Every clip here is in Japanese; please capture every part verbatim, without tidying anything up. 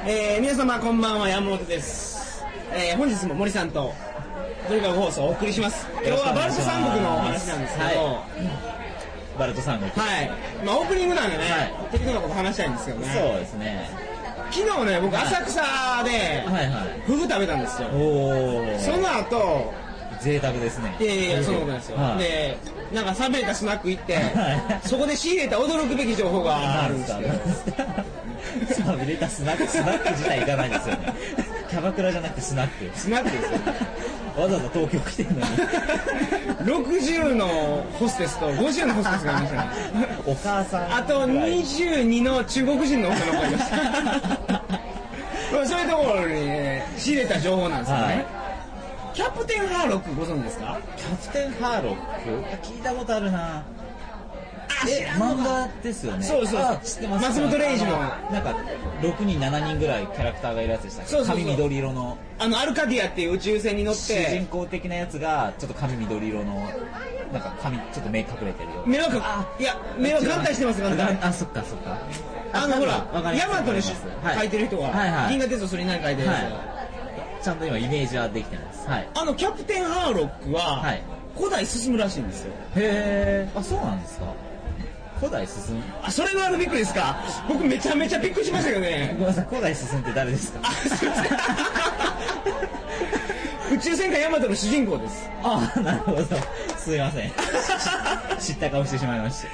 えー、皆様こんばんは、山本です。えー、本日も森さんととにかく放送をお送りします。今日はバルト三国のお話なんですけど、はい、 バルト三国、 はい、まあオープニングなんでね、はい、適当なこと話したいんですけどね。 そうですね。 昨日ね、僕浅草でフグ食べたんですよ。おその後贅沢ですね。 いやいや、そういうことなんですよ。はい、で、なんか寂れたスナック行って、はい、そこで仕入れた驚くべき情報があるんですけど。 寂れたスナック、スナック自体行かないですよね。キャバクラじゃなくてスナック。 スナックですよ。 わざわざ東京来てるのに。 ろくじゅうのホステスとごじゅうのホステスがいましたね。 お母さん。 あとにじゅうにの中国人の女の子がいました。そういうところに、ね、仕入れた情報なんですよね。はい、キャプテンハーロックご存知ですか？ キャプテンハーロック聞いたことあるな。え、漫画ですよね。 そうそうそう。 知ってます。 松本零士のなんかろくにんしちにんぐらいキャラクターがいるやつでしたっけ？そうそうそう。髪緑色のあのアルカディアっていう宇宙船に乗って主人公的なやつがちょっと髪緑色のなんか髪ちょっと目隠れてるよ。 目はかいや目は眼帯してます眼帯。 あ、そっかそっか。 あのほらヤマトの描いてる人が銀河鉄道それに何書いてるんですよ。 ちゃんと今イメージはできてます。はい。 あのキャプテンハーロックは古代進むらしいんですよ。 へえ。あ、そうなんですか。古代進む。 あ、それがあるびっくりですか。僕めちゃめちゃびっくりしましたけどね。 ごめんなさい、古代進むって誰ですか。 宇宙戦艦ヤマトの主人公です。 ああ、なるほど。すいません。知った顔してしまいました。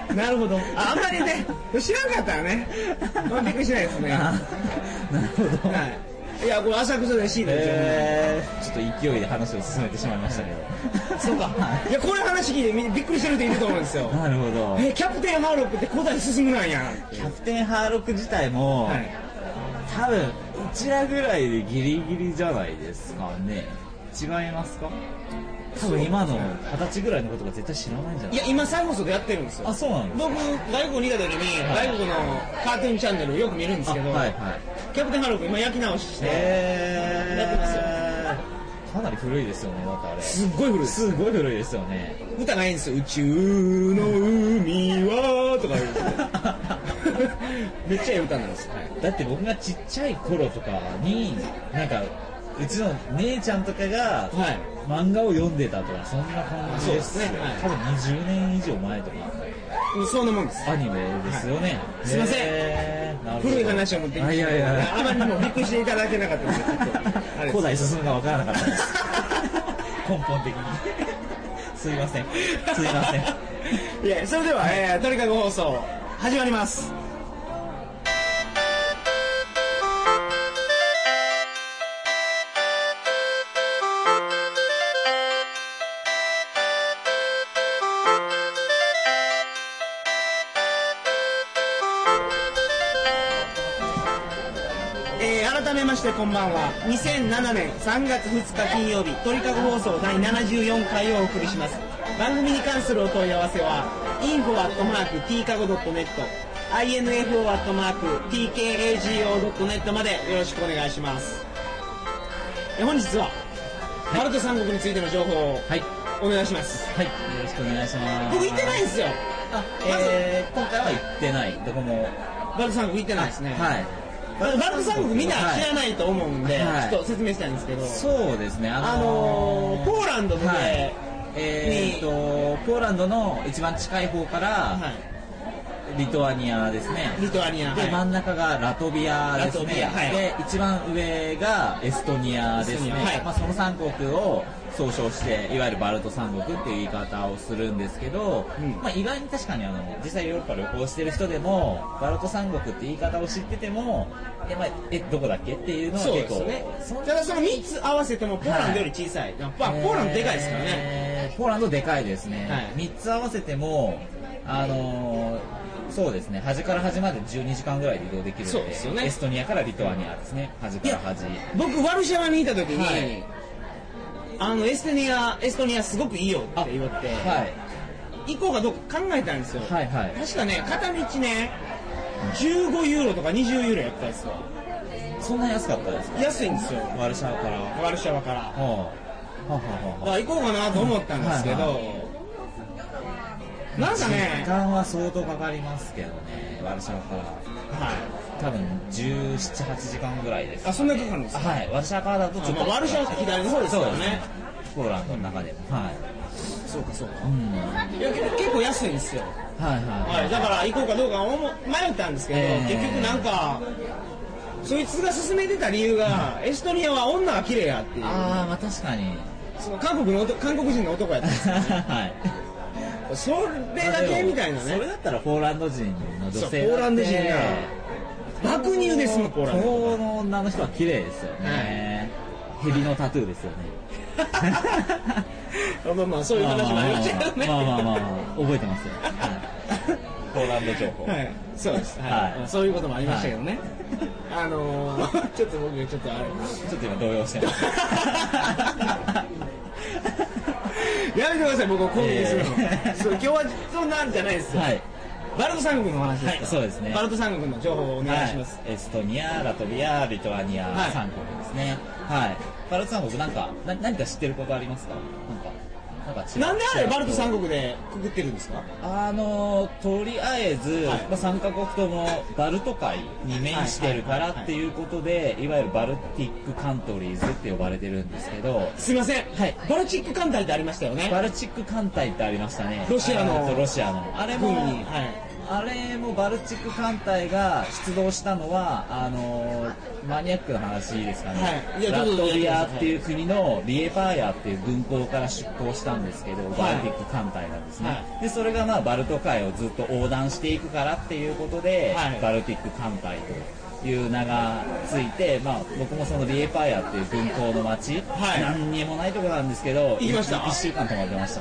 なるほど。あ、あんまりね、知らんかったらね、まあ、びっくりしないですね。 なるほど。 はい。いや、これ浅草でシーンですよ、 えー、ちょっと勢いで話を進めてしまいましたけど。 そうか。いや、これ話聞いてびっくりしてる人いると思うんですよ。 なるほど。 え、キャプテンハーロックって古代進むなんや。 キャプテンハーロック自体も、はい、多分うちらぐらいでギリギリじゃないですかね。違いますか？多分今の二十歳ぐらいのことが絶対知らないんじゃない？ いや、今再放送でやってるんですよ。 あ、そうなんですか。 僕外国にいた時に、はい、外国のカートゥーンチャンネルよく見るんですけど、はいはい、キャプテンハーロック今焼き直ししてやってますよ。 かなり古いですよね。だってあれすっごい古いです。 すごい古いですよね。 歌がいいんですよ。宇宙の海はとか言うめっちゃいい歌なんです、はい、 だって僕がちっちゃい頃とかになんかうちの姉ちゃんとかが漫画を読んでたとかそんな感じですよ、はい、多分にじゅうねん以上前とかそんなもんです。 アニメですよね、はい、 すいません、古い話を持ってきて、いやいやあまりにもびっくりしていただけなかったので古代進むが分からなかったです根本的にすいませんすいませんいや、それでは、えー、とにかく放送始まります。改めましてこんばんは。にせんななねんさんがつふつか金曜日、鳥かご放送だいななじゅうよんかいをお送りします。番組に関するお問い合わせは インフォ アットマーク ティーカゴ ドットネット インフォ アットマーク ティーケーエージーオー ドットネット までよろしくお願いします。本日はバルト三国についての情報をお願いします。 はい、よろしくお願いします。 僕行ってないんですよ。 あ、えー、今回は行ってない。どこもバルト三国行ってないですね。 はい。 バルト三国みんな知らないと思うんで、はい、ちょっと説明したいんですけど、 そうですね、 あのーあのー、ポーランドで、はい、 えー、とポーランドの一番近い方から、はい、リトアニアですね。 リトアニアで、はい、真ん中がラトビアですね。はい、で一番上がエストニアですね。はい、まあ、そのさん国を総称していわゆるバルト三国っていう言い方をするんですけど、うん、まあ、意外に確かにあの実際ヨーロッパ旅行してる人でもバルト三国って言い方を知っててもえ、まあ、えどこだっけっていうのは結構、 ね、ただそのみっつ合わせてもポーランドより小さい、はい、ポーランドでかいですからね、 えー、ポーランドでかいですね、はい、みっつ合わせてもあのーそうですね、端から端までじゅうにじかんぐらいで移動できるの で, ですよ、ね、エストニアからリトアニアですね。端から端。 僕ワルシャワにいた時に、はい、あのエストニアエストニアすごくいいよって言われて、はい、行こうかどうか考えたんですよ、はいはい、確かね片道ねじゅうごユーロとかにじゅうユーロやったんですよ。 そんな安かったですか？ 安いんですよ、 ワルシャワからワルシャワから、はあはあはあ、 だから行こうかなと思ったんですけど、はいはい、なんかね時間は相当かかりますけどね、ワルシャワから。 はい。 多分じゅうなな、はちじかんぐらいです、ね、 あ、そんなかかるんですか。 はい、ワルシャワからだとちょっと、 まあ、ワルシャワって左の方ですからね、 ポーランドの中でも、うん、はい、 そうかそうか、 うん、 いや結構安いんですよ、 はいはい、 はい、だから行こうかどうか迷ったんですけど、えー、結局なんかそいつが勧めてた理由が、うん、エストニアは女が綺麗やっていう。 ああ、まあ確かにその韓国の韓国人の男やったんですよ、ね、はいそれだけみたいなね。 それだったらポーランド人の女性ポーランド人が爆乳ですもん。ポーランドこの女の人は綺麗ですよね、はい、蛇のタトゥーですよねまあまあそういう話もありましたけどね。 まあまあまあまあ覚えてますよ、はい、ポーランド情報、 はい、そうです、はいはい、そういうこともありましたけどね、はい、あのー、ちょっと僕ちょっとあれちょっと今動揺してますやめてください、僕を攻撃するの、えー、そう今日はそんなんじゃないですよ、はい、バルト三国の話ですか、はい、 そうですね、 バルト三国の情報をお願いします、 はい、エストニア、ラトビア、リトアニア、はい、三国ですね、はい、バルト三国なんかな何か知ってることありますか？なんかなんかなんであれバルト三国でくくってるんですか？ あのとりあえず、はい、まあ、さんカ国ともバルト海に面してるからっていうことで、いわゆるバルティックカントリーズって呼ばれてるんですけど、 すいません、はい、バルチック艦隊ってありましたよね。 バルチック艦隊ってありましたね。 ロシアのロシアのあれも、はい、あれもバルチック艦隊が出動したのはあのマニアックな話ですかね、はい、ラトビアっていう国のリエパーヤっていう軍港から出港したんですけど、はい、バルティック艦隊なんですね、はい、でそれがまあバルト海をずっと横断していくからっていうことで、はい、バルティック艦隊という名がついて、まあ、僕もそのリエパーヤっていう軍港の町、はい、何にもないところなんですけど、 行きました。 いっしゅうかん泊まってました。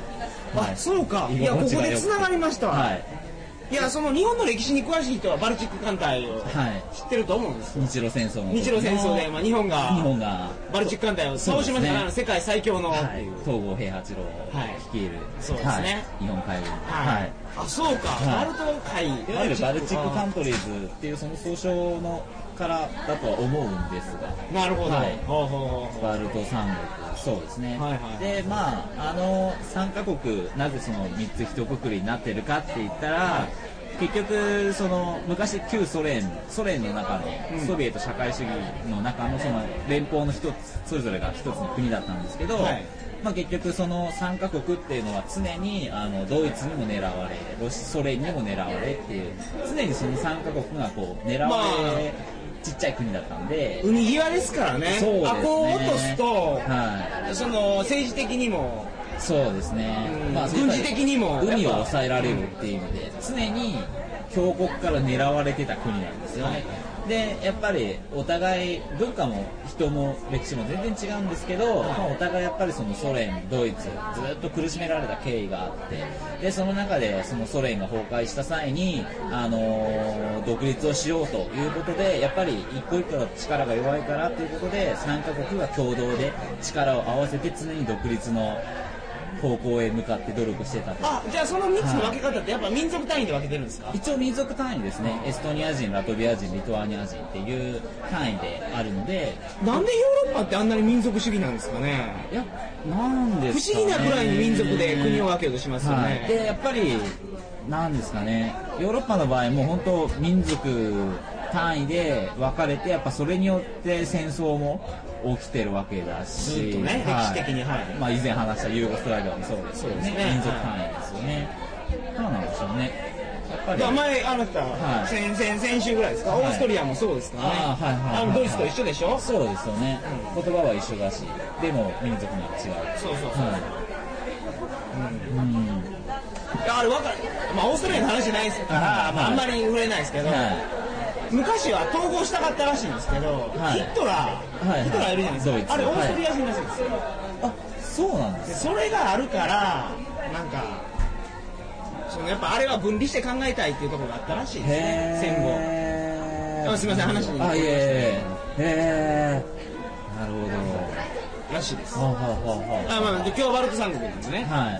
あ、はい、そうか。いや、ここで繋がりましたわ。はい、いや、その日本の歴史に詳しい人はバルチック艦隊を知ってると思うんですよ、はい、日露戦争の日露戦争で、まあ、日本が日本がバルチック艦隊を倒しましたから、ね、世界最強の、はい、 東郷平八郎を率いる、はい、 そうですね、はい、 日本海軍、 はいはい、あ、そうか、はい、バルト海、 いわゆるバルチックカントリーズっていうその総称のからだとは思うんですが、 なるほど、はい、 ほうほうほう、バルト三国、そうですね、はいはい、でまああのさんカ国なぜそのみっつ一括りになってるかって言ったら、はい、結局その昔旧ソ連ソ連の中のソビエト社会主義の中のその連邦の一つそれぞれが一つの国だったんですけど、はい、まあ、結局そのさんカ国っていうのは常にあのドイツにも狙われロシソ連にも狙われっていう常にそのさんカ国がこう狙われ、まあちっちゃい国だったんで、 海際ですからね。 そうですね。 あこう落とすと、 はい、 その政治的にも、 そうですね。 うん、まあ軍事的にも海を抑えられるっていうので、常に強国から狙われてた国なんですよね。でやっぱりお互い文化も人も歴史も全然違うんですけど、まあ、お互いやっぱりそのソ連ドイツずっと苦しめられた経緯があって、でその中でそのソ連が崩壊した際に、あのー、独立をしようということでやっぱり一個一個の力が弱いからということでさんカ国が共同で力を合わせて常に独立の方向へ向かって努力してたと。 あ、じゃあそのみっつの分け方ってやっぱ民族単位で分けてるんですか？ 一応民族単位ですね。エストニア人、ラトビア人、リトアニア人っていう単位であるので。 なんでヨーロッパってあんなに民族主義なんですかね？ いや、なんですかね。 不思議なくらいに民族で国を分けようとしますよね。はい、 でやっぱりなんですかね。ヨーロッパの場合も本当民族単位で分かれてやっぱそれによって戦争も起きてるわけだし、 ずっとね、はい、歴史的に、はい、 まあ、以前話したユーゴスラビアもそうですよね、ね、民族単位ですよね、はい、そうなんでしょうねやっぱり、まあ、 前あなた、はい、先, 先, 先週ぐらいですか、はい、オーストリアもそうですからね、あ、はいはいはい、あのドイツと一緒でしょ。 そうですよね、うん、言葉は一緒だしでも民族には違う。 そうそうそう、はい、うん、うん、いやあれ分かる、まあ、オーストラリアの話じゃないですから、はい、まあ、あんまり触れないですけど、はい、昔は統合したかったらしいんですけど、はい、ヒットラー、はい、ヒットラーいるじゃないですか、あれオーストリア人らしいんですよ、 はい、あ、そうなんですか。それがあるからなんかそのやっぱあれは分離して考えたいっていうところがあったらしいですね、戦後。あ、すみません、話にあ、いえいえ、へー、なるほどらしいです。 はあはあはあ、 あ、まあ、で今日はバルト三国ですね、 はい、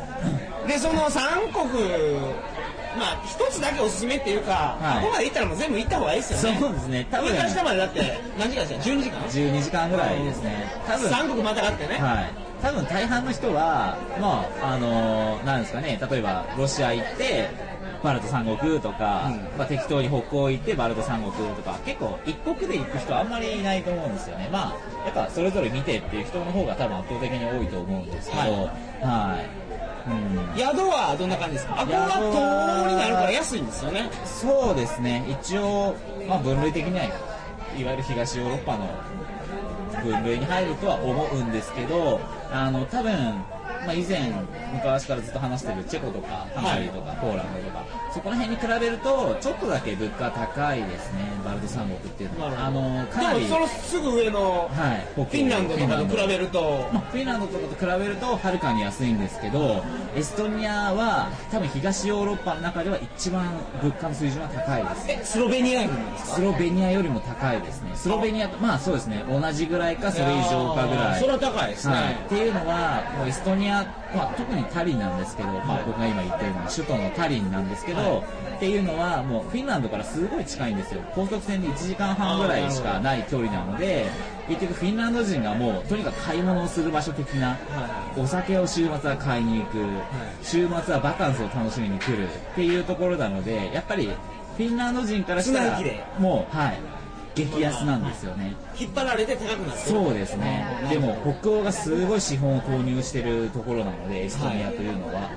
でその三国まあ一つだけおすすめっていうか、はい、ここまで行ったらもう全部行った方がいいですよね。 そうですね。多分上から下までだって何時間ですか？じゅうにじかん？ じゅうにじかんぐらいですね。 多分三国またがってね。 はい。多分大半の人はまああのー、なんですかね。例えばロシア行ってバルト三国とか、うん、まあ、適当に北欧行ってバルト三国とか、結構一国で行く人あんまりいないと思うんですよね。まあやっぱそれぞれ見てっていう人の方が多分圧倒的に多いと思うんですけど、はい、はい、 うん、宿はどんな感じですか？あここは東欧になるから安いんですよね。 そうですね、一応、まあ、分類的にはいわゆる東ヨーロッパの分類に入るとは思うんですけど、あの多分、まあ、以前昔からずっと話してるチェコとかハンガリーとか、はい、ポーランドとかそこら辺に比べるとちょっとだけ物価高いですね、バルト三国っていうのは。あのかなりでもそのすぐ上のフィンランドとかと比べると、 まあ、フィンランドとかと比べるとはるかに安いんですけど、エストニアは多分東ヨーロッパの中では一番物価の水準は高いです。 えスロベニアよりもですか？ スロベニアよりも高いですね。スロベニアとまあそうですね、同じぐらいかそれ以上かぐらい。 それは高いですね、はい、 っていうのはもうエストニア、まあ、特にタリンなんですけど、まあ、僕が今言ってるのは首都のタリンなんですけど、はい、っていうのはもうフィンランドからすごい近いんですよ。高速船でいちじかんはんぐらいしかない距離なので、結局フィンランド人がもうとにかく買い物をする場所的な、はい、お酒を週末は買いに行く、はい、週末はバカンスを楽しみに来るっていうところなので、やっぱりフィンランド人からしたらもう、はい、激安なんですよね。 引っ張られて高くなってる。 そうですね。でも北欧がすごい資本を投入してるところなので、エストニアというのは、はい、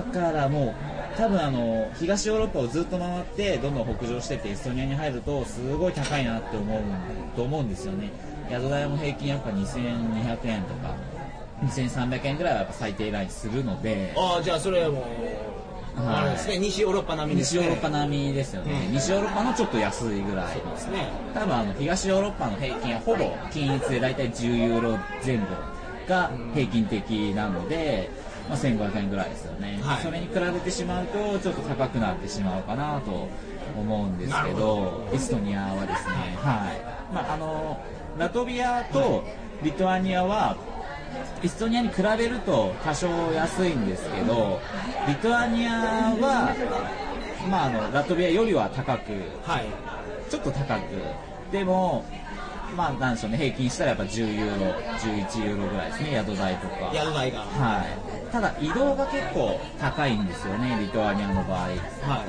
だからもう多分あの東ヨーロッパをずっと回ってどんどん北上してってエストニアに入るとすごい高いなって思うと思うんですよね。宿代も平均やっぱにせんにひゃくえんとかにせんさんびゃくえんぐらいはやっぱ最低ラインするので。 ああ、じゃあそれはもうあれですね、西ヨーロッパ並みですね。 西ヨーロッパ並みですよね、うん、西ヨーロッパのちょっと安いぐらいですね。多分あの東ヨーロッパの平均はほぼ均一でだいたいじゅうユーロ前後が平均的なので、まあ、せんごひゃくえんぐらいですよね、はい、それに比べてしまうとちょっと高くなってしまうかなと思うんですけど、エストニアはですね、はい、まあ、あのラトビアとリトアニアはエストニアに比べると多少安いんですけど、リトアニアは、まあ、あのラトビアよりは高く、はい、ちょっと高く、でも、まあ、なんでしょうね、平均したらやっぱじゅうユーロ、じゅういちユーロぐらいですね、宿代とか。 宿代が。 はい。ただ移動が結構高いんですよね、リトアニアの場合、はい、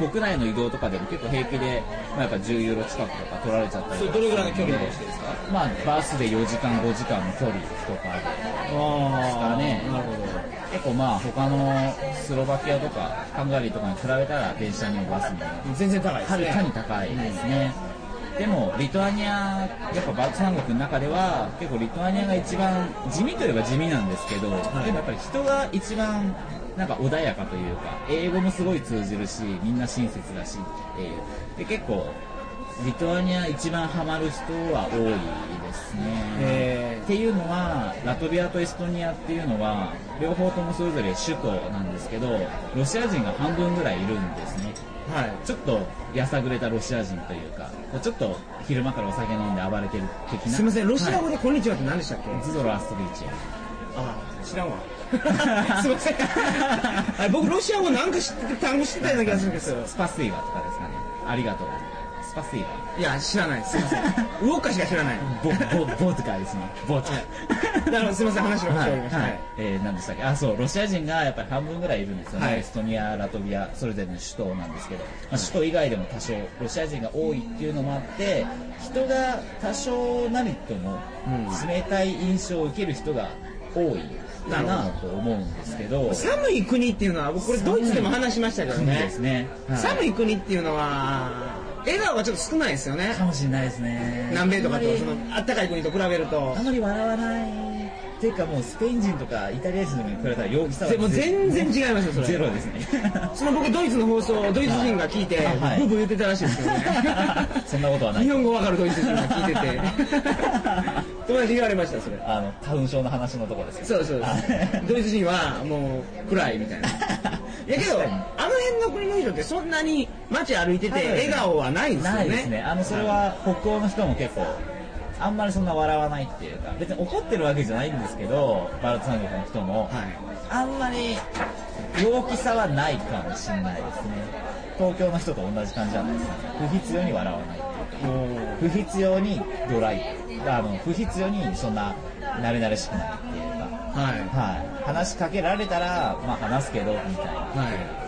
国内の移動とかでも結構平気で、まあ、やっぱじゅうユーロ近くとか取られちゃったりとか。 それどれぐらいの距離でしてですか？ まあバスでよじかんごじかんの距離とかですからね。なるほど。結構まあ他のスロバキアとかハンガリーとかに比べたら電車にもバスにも全然高いですね。 はるかに高いですね。でもリトアニア、やっぱバルト三国の中では結構リトアニアが一番地味といえば地味なんですけど、はい、でもやっぱり人が一番なんか穏やかというか、英語もすごい通じるし、みんな親切だしっていうで、結構リトアニア一番ハマる人は多いですね。っていうのはラトビアとエストニアっていうのは両方ともそれぞれ首都なんですけど、ロシア人が半分ぐらいいるんですね。はい、ちょっとやさぐれたロシア人というか、ちょっと昼間からお酒飲んで暴れてる的な。 すみません、ロシア語でこんにちはって何でしたっけ？ ズドラアストビーチ。 ああ、知らんわ。すみません。僕ロシア語なんか知ってて単語知ってたような気がするんですよ。 スパスイガとかですかね。ありがとう。スパスイガ。 いや、知らないです。すみません。ウォッカしか知らない。 ボボボトカですね。ボトカ。 なるほど、すみません、話をしておりました。はいはい、 えー、何でしたっけ？あ、そう、ロシア人がやっぱり半分ぐらいいるんですよね。はい、エストニア、ラトビア、それぞれの首都なんですけど、まあ、首都以外でも多少ロシア人が多いっていうのもあって、人が多少なりとも冷たい印象を受ける人が多い。だなと思うんですけど、 寒い国っていうのは僕これドイツでも話しましたけどね、 ですね、はい、 寒い国っていうのは笑顔がちょっと少ないですよね。 かもしれないですね。 南米とかとその暖かい国と比べるとあまり笑わないっていうか、もうスペイン人とかイタリア人とかに比べたら陽気さはもう全然違いますよ。それゼロですね。 その僕ドイツの放送ドイツ人が聞いて、はい、ブーブー言ってたらしいですけどね。 そんなことはない。 日本語わかるドイツ人が聞いてて友達に言われました。それあの花粉症の話のところですよ。 そうそうドイツ人はもう暗いみたいな。やけどあの辺の国の人ってそんなに街歩いてて笑顔はないんですよね。 ないですね。あのそれは北欧の人も結構あんまりそんな笑わないっていうか、別に怒ってるわけじゃないんですけど、バルト三国の人も、はい、あんまり陽気さはないかもしれないですね。東京の人と同じ感じじゃないですか、ね、不必要に笑わないっていうか、不必要にドライ、あの不必要にそんな慣れ慣れしくないっていうか、はいはい、話しかけられたら、まあ、話すけどみたいな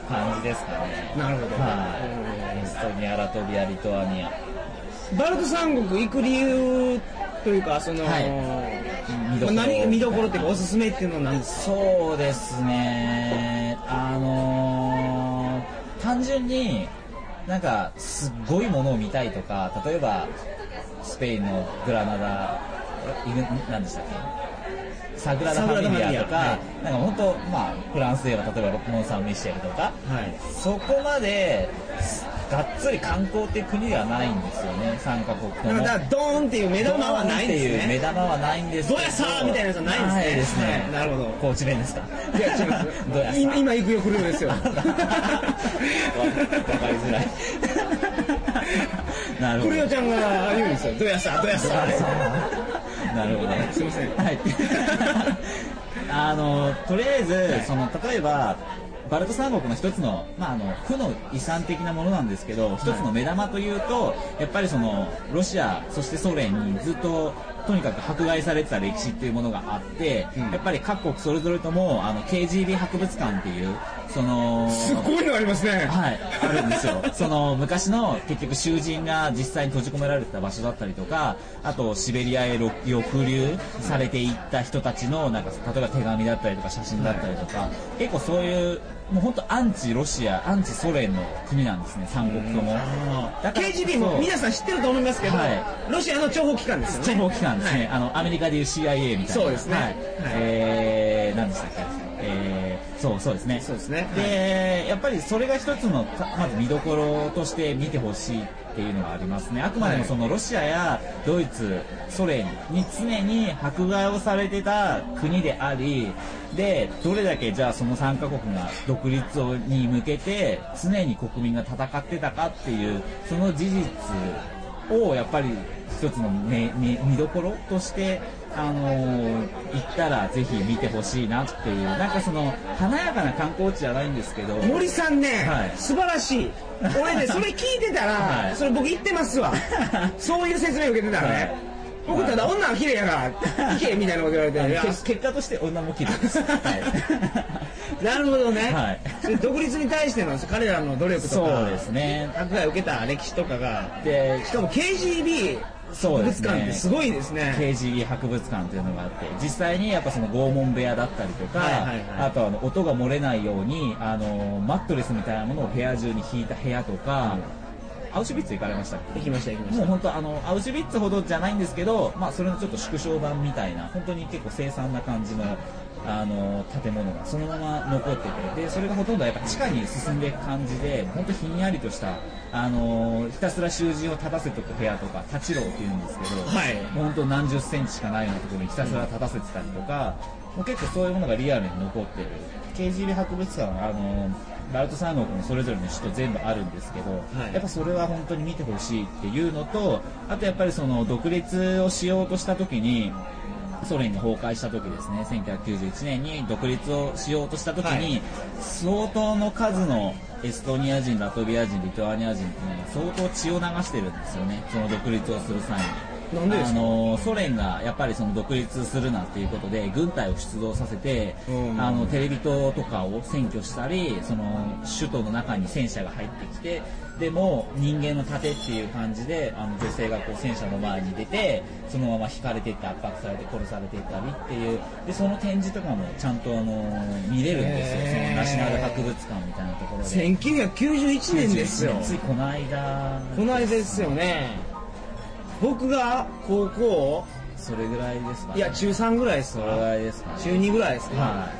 感じですかね。 なるほど、 はい、エストニア、ラトビア、リトアニア。 バルト三国行く理由というか、その、はい、見どころ、何見どころっていうかおすすめっていうのは何ですか？ そうですね、あのー、単純になんかすっごいものを見たいとか、例えばスペインのグラナダ、何でしたっけ、サグラダ・ファミリアとか、はい、なんか本当、まあ、フランスでは例えばモン・サン・ミシェルとか、はい、そこまでがっつり観光っていう国ではないんですよね、さんカ国とも。 だからドーンっていう目玉はないんですね。 ドーンっていう目玉はないんですけど、 どやさーみたいなやつはないんですね。 ないですね、はい、 なるほど。 高知弁ですか？ いや違いますどやさー今行くよ来るんですよ。わかりづらい。なるほど。 クレオちゃんが言うんですよ、どやさーどやさー。なるほど。 すいません。 はい。あのとりあえず、はい、その例えばバルト三国の一つの、まあ、あの負の遺産的なものなんですけど、一つの目玉というと、やっぱりそのロシアそしてソ連にずっととにかく迫害されてた歴史っていうものがあって、うん、やっぱり各国それぞれともあの ケージービー 博物館っていうそのすごいのありますね。 はい、あるんですよ。その昔の結局囚人が実際に閉じ込められてた場所だったりとか、あとシベリアへ抑留されていった人たちのなんか例えば手紙だったりとか写真だったりとか、はい、結構そういうもう本当アンチロシア、アンチソ連の国なんですね、三国とも。 だから ケージービー も皆さん知ってると思いますけど、はい、ロシアの諜報機関ですよね。 諜報機関ですね。はい、あのアメリカでいう シーアイエー みたいな。 そうですね。はいはい、 えー、何でしたっけ。えー、そうそうですね。 そうですね。 で、やっぱりそれが一つのまず見どころとして見てほしいっていうのがありますね。あくまでもそのロシアやドイツ、ソ連に常に迫害をされてた国であり、でどれだけじゃあそのさんカ国が独立に向けて常に国民が戦ってたかっていうその事実をやっぱり一つの見どころとしてあのー、行ったらぜひ見てほしいなっていう、なんかその華やかな観光地じゃないんですけど、 森さんね、はい、素晴らしい。俺ねそれ聞いてたら、はい、それ僕言ってますわ。そういう説明受けてたらね、はい、僕ただ女は綺麗やから行けみたいなこと言われて、 結果として女も綺麗です。はい、 なるほどね。 はい、 独立に対しての彼らの努力とか、 そうですね、 迫害を受けた歴史とかがで、しかも ケージービー博物館ってすごいですね。 ケージービー 博物館というのがあって、実際にやっぱその拷問部屋だったりとか、はいはいはい、あとあの音が漏れないようにあのマットレスみたいなものを部屋中に引いた部屋とか、うん、アウシュビッツ行かれましたっけ？ 行きました行きました。 もう本当あのアウシュビッツほどじゃないんですけど、まあそれのちょっと縮小版みたいな本当に結構凄惨な感じのあの建物がそのまま残ってて、でそれがほとんどやっぱ地下に進んでいく感じで、本当ひんやりとしたあのひたすら囚人を立たせておく部屋とか立ち牢っていうんですけど、はい、もう本当何十センチしかないようなところにひたすら立たせてたりとか、もう結構そういうものがリアルに残ってる ケージービー 博物館はあのバルト三国のそれぞれの首都全部あるんですけど、はい、やっぱそれは本当に見てほしいっていうのと、あとやっぱりその独立をしようとした時にソ連が崩壊した時ですね、せんきゅうひゃくきゅうじゅういちねんに独立をしようとした時に、はい、相当の数のエストニア人、ラトビア人、リトアニア人っていうのが相当血を流してるんですよね、その独立をする際に。 なんでですか？ あのソ連がやっぱりその独立するなっていうことで軍隊を出動させて、あのテレビ塔とかを占拠したり、その首都の中に戦車が入ってきて、でも人間の盾っていう感じであの女性がこう戦車の前に出てそのまま引かれていって圧迫されて殺されていったりっていう、でその展示とかもちゃんとあの見れるんですよ、そのナショナル博物館みたいなところで。 せんきゅうひゃくきゅうじゅういちねんですよ。 ついこの間この間ですよね。僕が高校それぐらいですかね。 いや中さんぐらいですか。 それぐらいですかね。 中にぐらいですか。 はい、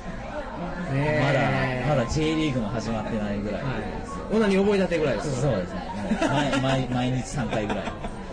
ね、まだまだ J リーグも始まってないぐらいです。 はい、オナニー覚えたてぐらいです。 そうですね。毎, 毎, 毎日さんかいぐらい。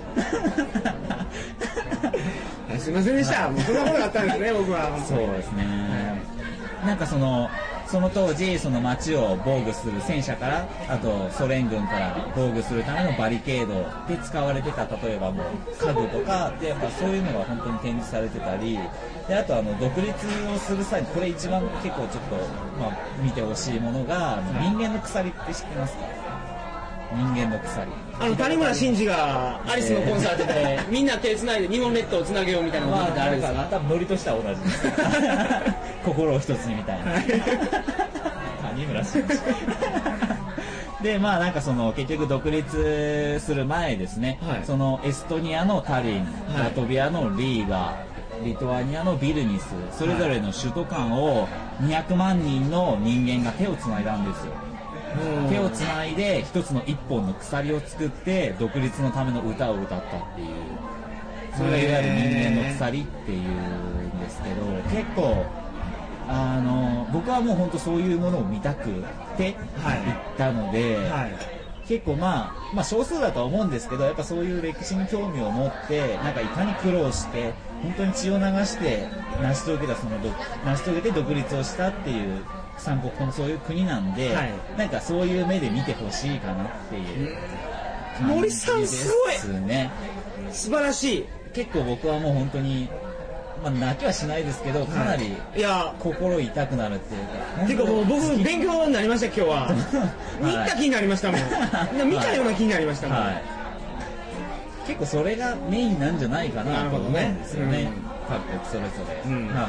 すいませんでした。はい、もうそんなことがあったんですね、僕は。 そうですね。なんかそのその当時その街を防御する戦車から、あとソ連軍から防御するためのバリケードで使われてた、例えばもう家具とかで、やっぱそういうのが本当に展示されてたりで、あとあの独立をする際にこれ一番結構ちょっと、まあ、見てほしいものが、人間の鎖って知ってますか？人間の鎖、 あの谷村新司がアリスのコンサートで、えー、みんな手つないで日本列島をつなげようみたいなのがあるんですか？ 多分ノリとしては同じです。心を一つにみたいな。谷三村真司でまあなんかその結局独立する前ですね、はい、そのエストニアのタリン、はい、ラトビアのリーガ、リトアニアのビルニス、それぞれの首都間をにひゃくまんにんの人間が手をつないだんですよ。手をつないで一つの一本の鎖を作って独立のための歌を歌ったっていう、それがいわゆる人間の鎖っていうんですけど、結構あの僕はもう本当そういうものを見たくて行ったので、はいはい、結構、まあ、まあ少数だとは思うんですけど、やっぱそういう歴史に興味を持ってなんかいかに苦労して本当に血を流して成し遂げたその成し遂げて独立をしたっていう三国のそういう国なんで、はい、なんかそういう目で見てほしいかなっていう感じですね。 森さんすごい素晴らしい。 結構僕はもう本当に、まあ、泣きはしないですけどかなり心痛くなるっていうか、 はい、ていうかもう僕勉強になりました今日は見た気になりましたもん、はい、見たような気になりましたもん、はい、 結構それがメインなんじゃないかなと思うんですよね、各国それぞれ、うん、はい、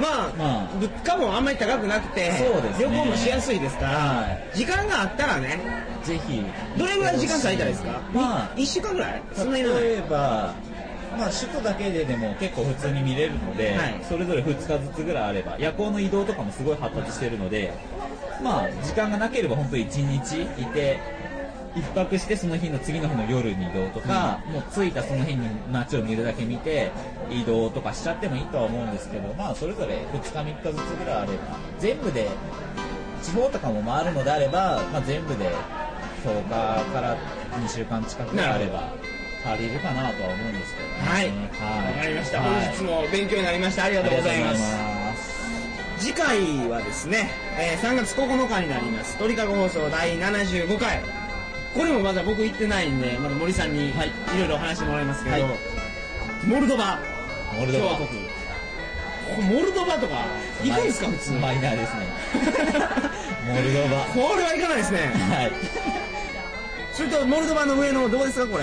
まあ、まあ、物価もあんまり高くなくて、そうですね、旅行もしやすいですから、はい、時間があったらね、 ぜひどれぐらい時間割いたらいいですか？まあ、いっしゅうかんぐらい？そんなにない？ 例えばまあ、首都だけででも結構普通に見れるので、はい、それぞれふつかずつぐらいあれば、夜行の移動とかもすごい発達してるので、まあ時間がなければ本当にいちにちいて一泊してその日の次の日の夜に移動とか、うん、もう着いたその日に街を見るだけ見て移動とかしちゃってもいいとは思うんですけど、まあそれぞれふつかみっかずつぐらいあれば、全部で地方とかも回るのであれば、まあ、全部でとおかからにしゅうかん近くあれば足りるかなとは思うんですけどね。 はい、わ、はい、かりました、はい、本日も勉強になりました。ありがとうございます。次回はですね、えー、さんがつここのかになります鳥かご放送だいななじゅうごかい、これもまだ僕行ってないんで、まだ森さんにいろいろ話してもらいますけど、はい、モルドバモルドバ共和国、モルドバとか行くんですか？普通マイナーですねモルドバこれは行かないですねはい。それとモルドバの上のどうですかこれ？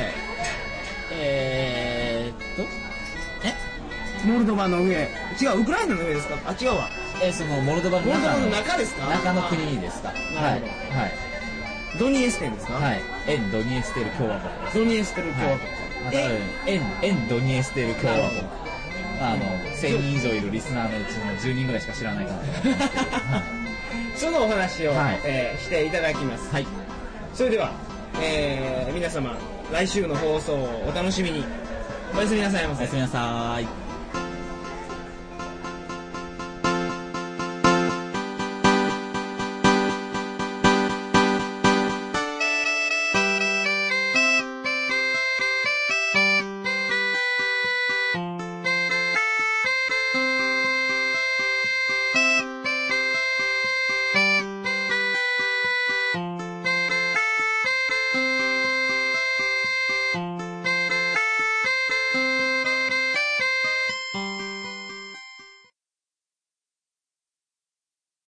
えーっとえモルドバの上、違う、ウクライナの上ですか？あ、違うわ。 えー、そのモルドバの中 の, モルドバの中ですか？ 中の国ですか？はい、はい、 ドニエステルですか？ はい、エンドニエステル共和国です。 ドニエステル共和国、はい、 エンエンドニエステル共和国、あのせんにん以上いるリスナーのうちのじゅうにんぐらいしか知らないかなと思いますけどそのお話を、はい、えー、していただきます。はい、それでは、えー、皆様来週の放送をお楽しみに。おやすみなさいませ。 おやすみなさい。